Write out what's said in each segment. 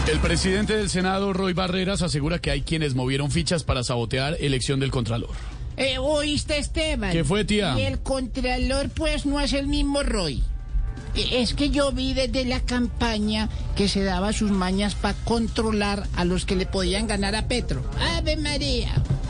El presidente del Senado, Roy Barreras, asegura que hay quienes movieron fichas para sabotear elección del Contralor. ¿Oíste, Esteban? ¿Qué fue, tía? Y el Contralor, pues, no es el mismo Roy. Es que yo vi desde la campaña que se daba sus mañas para controlar a los que le podían ganar a Petro. ¡Ave María!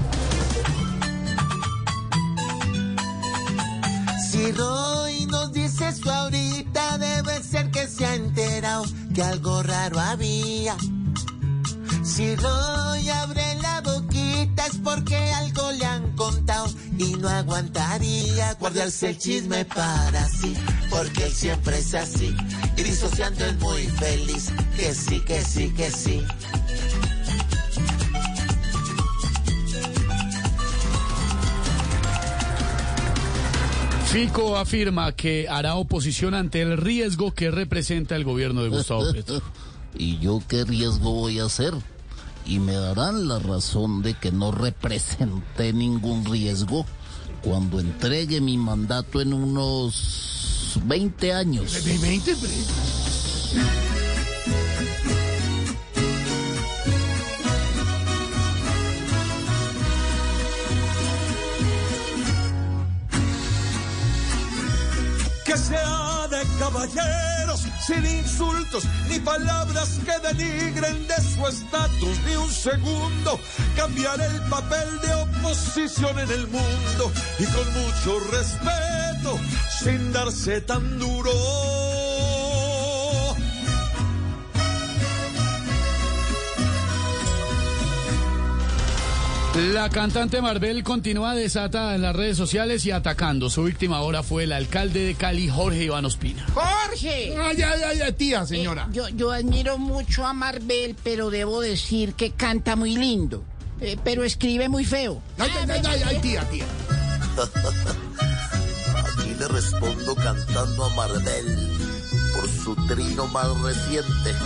Si Roy nos dice eso ahorita, debe ser que se ha enterado que algo raro había. Si Roy abre la boquita es porque algo le han contado y no aguantaría guardarse el chisme para sí, porque él siempre es así y disociando es muy feliz. Que sí, que sí, que sí. Fico afirma que hará oposición ante el riesgo que representa el gobierno de Gustavo Petro. ¿Y yo qué riesgo voy a hacer? Y me darán la razón de que no representé ningún riesgo cuando entregue mi mandato en unos 20 años. ¿20? Que sea de caballeros, sin insultos ni palabras que denigren de su estatus ni un segundo. Cambiar el papel de oposición en el mundo y con mucho respeto, sin darse tan duro. La cantante Marvel continúa desatada en las redes sociales y atacando. Su víctima ahora fue el alcalde de Cali, Jorge Iván Ospina. ¡Jorge! Ay, tía, señora. Yo admiro mucho a Marvel, pero debo decir que canta muy lindo. Pero escribe muy feo. Ay, tía. Aquí le respondo cantando a Marvel por su trino más reciente.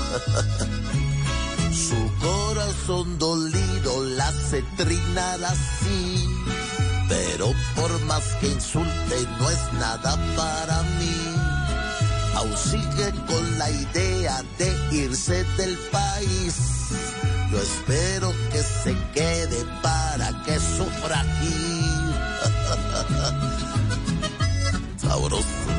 Su corazón dolido la hace trinar así, pero por más que insulte no es nada para mí. Aún sigue con la idea de irse del país. Yo espero que se quede para que sufra aquí. Sabroso.